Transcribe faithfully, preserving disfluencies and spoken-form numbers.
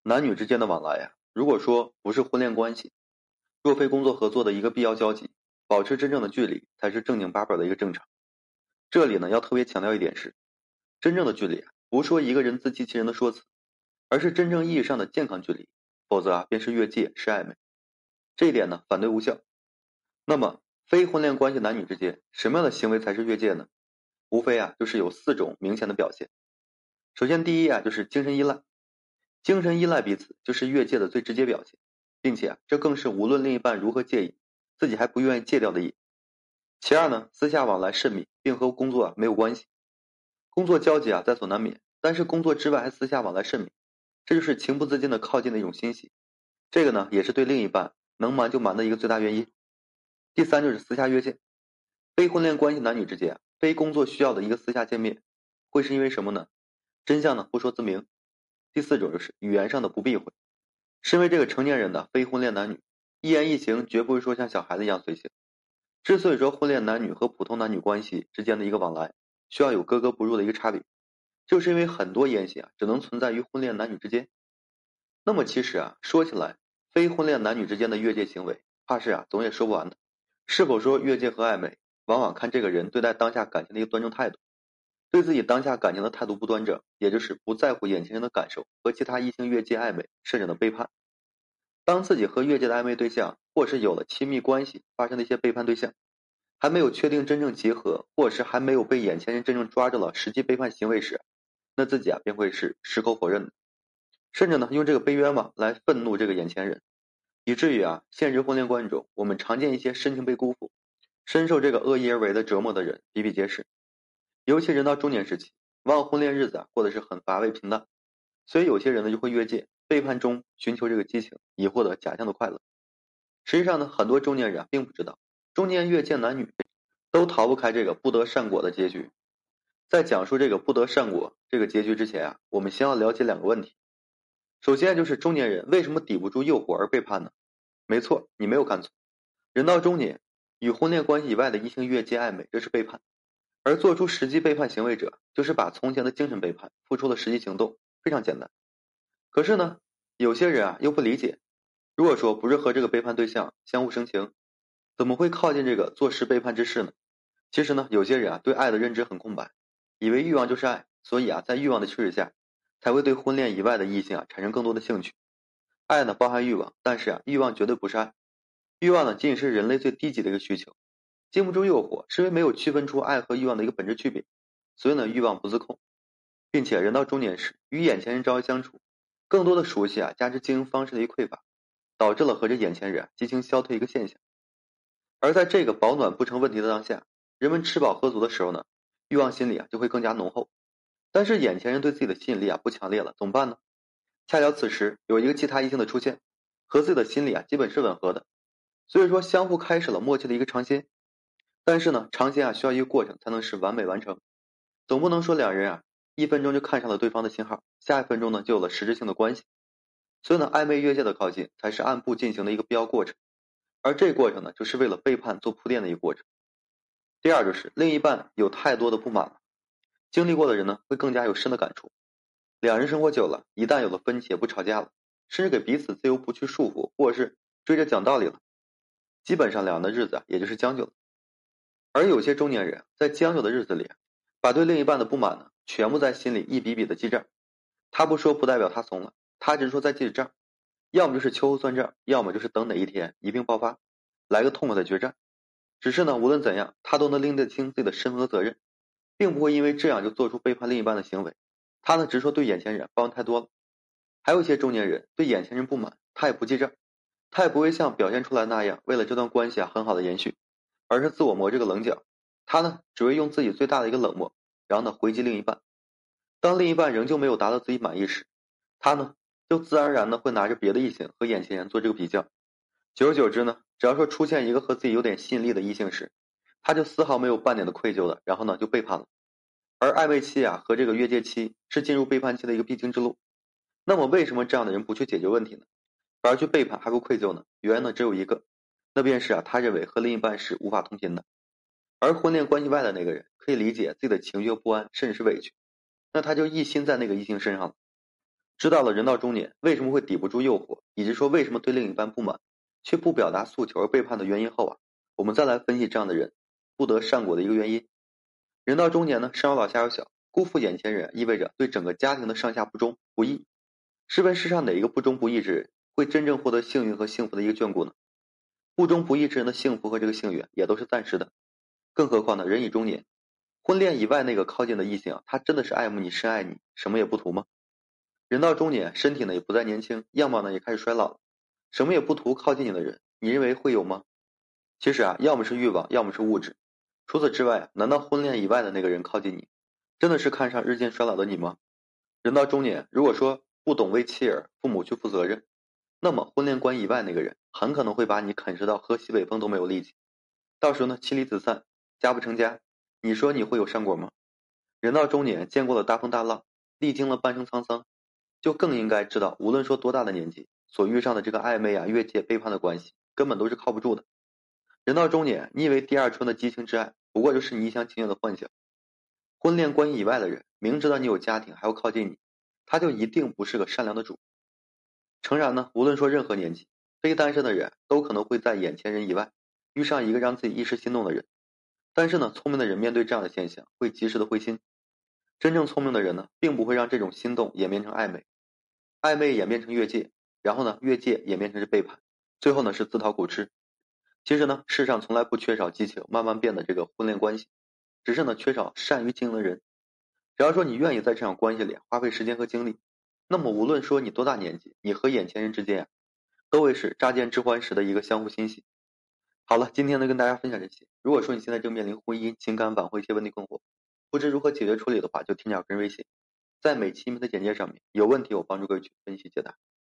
男女之间的往来呀，如果说不是婚恋关系，若非工作合作的一个必要交集，保持真正的距离才是正经八百的一个正常。这里呢要特别强调一点是，真正的距离啊，不是说一个人自欺欺人的说辞，而是真正意义上的健康距离，否则啊便是越界，是暧昧。这一点呢反对无效。那么非婚恋关系男女之间，什么样的行为才是越界呢？无非啊就是有四种明显的表现。首先第一啊就是精神依赖，精神依赖彼此就是越界的最直接表现，并且啊这更是无论另一半如何介意，自己还不愿意戒掉的瘾。其二呢，私下往来甚密，并和工作啊没有关系，工作交集啊在所难免，但是工作之外还私下往来甚密，这就是情不自禁的靠近的一种欣喜。这个呢也是对另一半能瞒就瞒的一个最大原因。第三就是私下越界，非婚恋关系男女之间啊，非工作需要的一个私下见面，会是因为什么呢？真相呢不说自明。第四种就是语言上的不避讳，身为这个成年人的非婚恋男女，一言一行绝不会说像小孩子一样随性。之所以说婚恋男女和普通男女关系之间的一个往来需要有格格不入的一个差别，就是因为很多言行啊只能存在于婚恋男女之间。那么其实啊说起来，非婚恋男女之间的越界行为，怕是啊总也说不完的。是否说越界和暧昧，往往看这个人对待当下感情的一个端正态度。对自己当下感情的态度不端正，也就是不在乎眼前人的感受和其他异性越界暧昧，甚至的背叛。当自己和越界的暧昧对象，或是有了亲密关系发生的一些背叛对象，还没有确定真正结合，或者是还没有被眼前人真正抓住了实际背叛行为时，那自己啊便会是矢口否认的，甚至呢用这个背冤枉来愤怒这个眼前人，以至于啊现实婚恋关系中，我们常见一些深情被辜负，深受这个恶意而为的折磨的人比比皆是。尤其人到中年时期，往往婚恋日子啊过得是很乏味平淡，所以有些人呢就会越界，背叛中寻求这个激情，以获得假象的快乐。实际上呢，很多中年人啊并不知道，中年越界男女都逃不开这个不得善果的结局。在讲述这个不得善果这个结局之前啊，我们先要了解两个问题。首先就是中年人为什么抵不住诱惑而背叛呢？没错，你没有看错，人到中年，与婚恋关系以外的异性越界暧昧，这是背叛。而做出实际背叛行为者，就是把从前的精神背叛付出了实际行动，非常简单。可是呢，有些人啊又不理解，如果说不是和这个背叛对象相互生情，怎么会靠近这个做实背叛之事呢？其实呢，有些人啊对爱的认知很空白，以为欲望就是爱，所以啊在欲望的驱使下，才会对婚恋以外的异性啊产生更多的兴趣。爱呢包含欲望，但是啊欲望绝对不是爱，欲望呢仅仅是人类最低级的一个需求。经不住诱惑，是因为没有区分出爱和欲望的一个本质区别，所以呢，欲望不自控，并且人到中年时，与眼前人朝夕相处，更多的熟悉啊，加之经营方式的一个匮乏，导致了和这眼前人啊激情消退一个现象。而在这个保暖不成问题的当下，人们吃饱喝足的时候呢，欲望心理啊就会更加浓厚。但是眼前人对自己的吸引力啊不强烈了，怎么办呢？恰巧此时有一个其他异性的出现，和自己的心理啊基本是吻合的，所以说相互开始了默契的一个尝鲜。但是呢，尝鲜啊需要一个过程才能使完美完成，总不能说两人啊一分钟就看上了对方的信号，下一分钟呢就有了实质性的关系。所以呢，暧昧越界的靠近才是按步进行的一个必要过程，而这个过程呢，就是为了背叛做铺垫的一个过程。第二就是另一半有太多的不满了，经历过的人呢会更加有深的感触。两人生活久了，一旦有了分歧也不吵架了，甚至给彼此自由不去束缚，或者是追着讲道理了，基本上两人的日子啊也就是将就了。而有些中年人在将就的日子里，把对另一半的不满呢，全部在心里一笔笔的记账。他不说不代表他怂了，他只是说在记着账，要么就是秋后算账，要么就是等哪一天一并爆发，来个痛快的决战。只是呢，无论怎样，他都能拎得清自己的身份和责任，并不会因为这样就做出背叛另一半的行为。他呢，只是说对眼前人包容太多了。还有一些中年人对眼前人不满，他也不记账，他也不会像表现出来那样，为了这段关系啊很好的延续，而是自我磨这个棱角。他呢，只会用自己最大的一个冷漠，然后呢回击另一半。当另一半仍旧没有达到自己满意时，他呢就自然而然的会拿着别的异性和眼前人做这个比较。久而久之呢，只要说出现一个和自己有点吸引力的异性时，他就丝毫没有半点的愧疚的，然后呢就背叛了。而暧昧期啊和这个越界期是进入背叛期的一个必经之路。那么为什么这样的人不去解决问题呢，反而去背叛还不愧疚呢？原因呢只有一个，那便是啊他认为和另一半是无法同频的。而婚恋关系外的那个人可以理解自己的情绪不安，甚至是委屈，那他就一心在那个异性身上了。 知道了人到中年为什么会抵不住诱惑，以及说为什么对另一半不满，却不表达诉求而背叛的原因后啊，我们再来分析这样的人不得善果的一个原因。人到中年呢，上有老下有小，辜负眼前人意味着对整个家庭的上下不忠不义。试问世上哪一个不忠不义之人会真正获得幸运和幸福的一个眷顾呢？不忠不义之人的幸福和这个幸运也都是暂时的。更何况呢，人已中年，婚恋以外那个靠近的异性啊，他真的是爱慕你深爱你，什么也不图吗？人到中年，身体呢也不再年轻，样貌呢也开始衰老了，什么也不图靠近你的人，你认为会有吗？其实啊，要么是欲望，要么是物质。除此之外，难道婚恋以外的那个人靠近你，真的是看上日渐衰老的你吗？人到中年，如果说不懂为妻儿、父母去负责任，那么婚恋关系以外那个人很可能会把你啃食到喝西北风都没有力气。到时候呢，妻离子散，家不成家，你说你会有善果吗？人到中年，见过了大风大浪，历经了半生沧桑，就更应该知道，无论说多大的年纪，所遇上的这个暧昧啊、越界、背叛的关系，根本都是靠不住的。人到中年，你以为第二春的激情之爱，不过就是你一厢情愿的幻想。婚恋关系以外的人，明知道你有家庭还要靠近你，他就一定不是个善良的主。诚然呢，无论说任何年纪，非单身的人都可能会在眼前人以外遇上一个让自己一时心动的人。但是呢，聪明的人面对这样的现象会及时的灰心。真正聪明的人呢，并不会让这种心动演变成暧昧，暧昧演变成越界，然后呢，越界演变成是背叛，最后呢是自讨苦吃。其实呢，世上从来不缺少激情慢慢变的这个婚恋关系，只是呢缺少善于经营的人。只要说你愿意在这场关系里花费时间和精力，那么无论说你多大年纪，你和眼前人之间呀、啊，都会是乍见之欢时的一个相互欣喜。好了，今天呢跟大家分享这些。如果说你现在正面临婚姻、情感挽回一些问题困惑，不知如何解决处理的话，就添加个人微信，在每期音频的简介上面，有问题我帮助各位去分析解答。